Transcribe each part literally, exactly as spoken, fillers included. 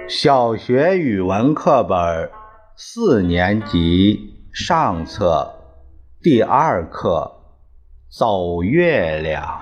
小学语文课本四年级上册第二课走月亮。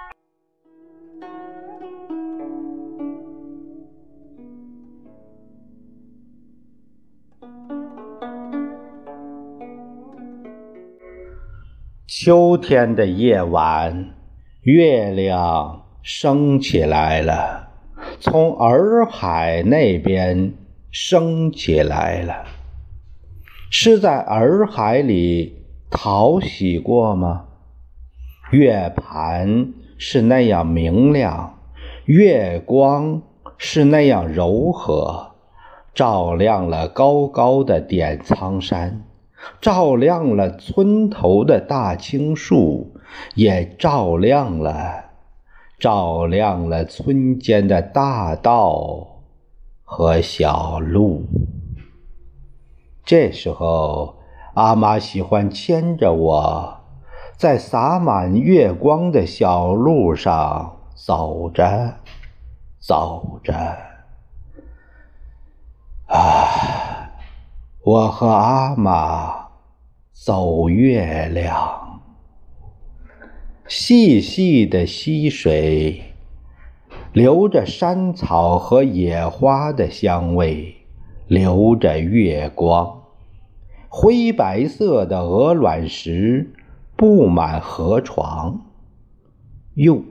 秋天的夜晚，月亮升起来了，从洱海那边升起来了。是在洱海里淘洗过吗？月盘是那样明亮，月光是那样柔和，照亮了高高的点苍山，照亮了村头的大青树，也照亮了照亮了村间的大道和小路。这时候，阿妈喜欢牵着我，在洒满月光的小路上走着走着。啊，我和阿妈走月亮。细细的溪水，流着山草和野花的香味，流着月光。灰白色的鹅卵石布满河床。哟，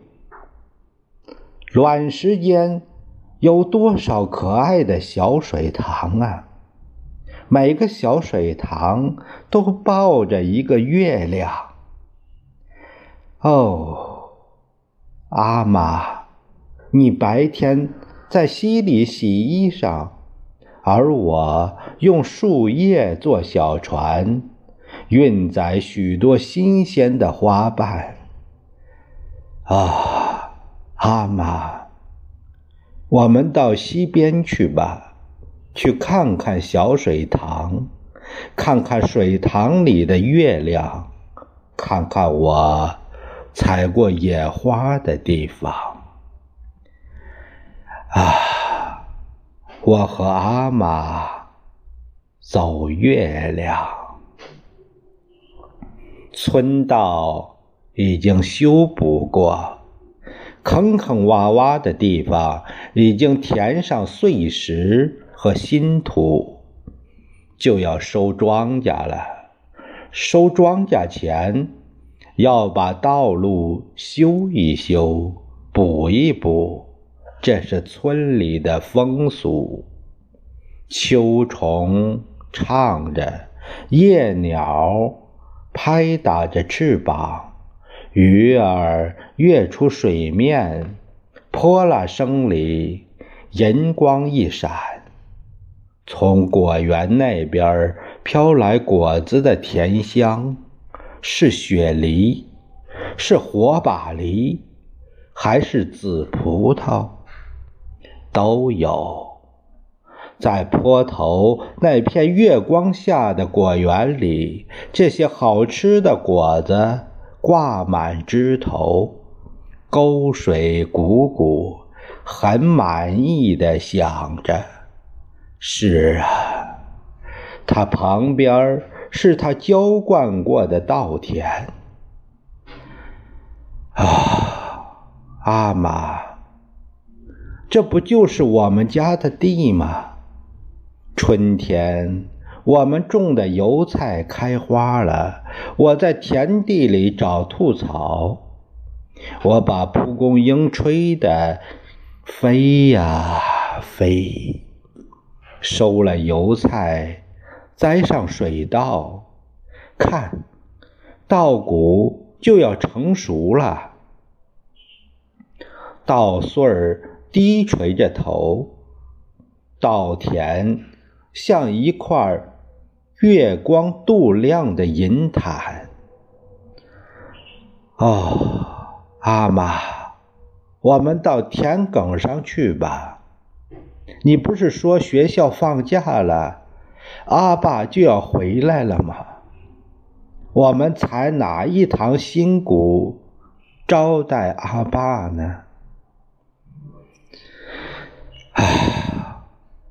卵石间有多少可爱的小水塘啊！每个小水塘都抱着一个月亮。哦，阿妈，你白天在溪里洗衣裳，而我用树叶做小船，运载许多新鲜的花瓣。啊，阿妈，我们到溪边去吧，去看看小水塘，看看水塘里的月亮，看看我采过野花的地方。啊，我和阿妈走月亮。村道已经修补过，坑坑洼洼的地方已经填上碎石和新土，就要收庄稼了。收庄稼前，要把道路修一修，补一补，这是村里的风俗。秋虫唱着，夜鸟拍打着翅膀，鱼儿跃出水面，泼辣声里银光一闪。从果园那边飘来果子的甜香，是雪梨，是火把梨，还是紫葡萄，都有。在坡头那片月光下的果园里，这些好吃的果子挂满枝头，沟水汩汩，很满意地想着。是啊，它旁边是它浇灌过的稻田。啊，阿妈，这不就是我们家的地吗？春天，我们种的油菜开花了，我在田地里找兔草，我把蒲公英吹得飞呀飞，收了油菜，栽上水稻，看，稻谷就要成熟了。稻穗儿低垂着头，稻田像一块月光镀亮的银毯。哦，阿妈，我们到田埂上去吧。你不是说学校放假了，阿爸就要回来了吗？我们采哪一堂新谷招待阿爸呢？唉，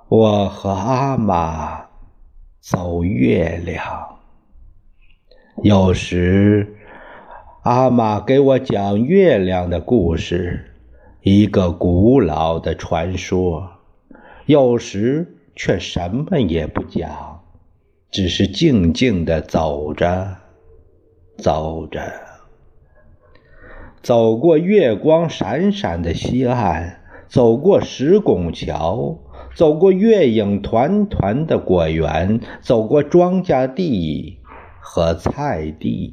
我和阿玛走月亮。有时阿玛给我讲月亮的故事，一个古老的传说，有时却什么也不讲，只是静静地走着走着，走过月光闪闪的西岸，走过石拱桥，走过月影团团的果园，走过庄稼地和菜地。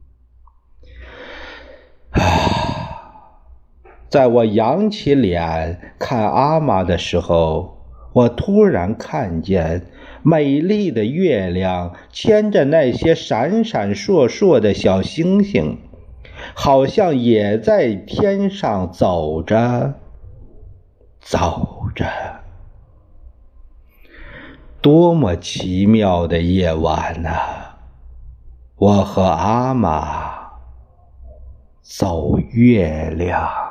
啊，在我扬起脸看阿玛的时候，我突然看见美丽的月亮牵着那些闪闪烁烁的小星星，好像也在天上走着走着。多么奇妙的夜晚啊！我和阿玛走月亮。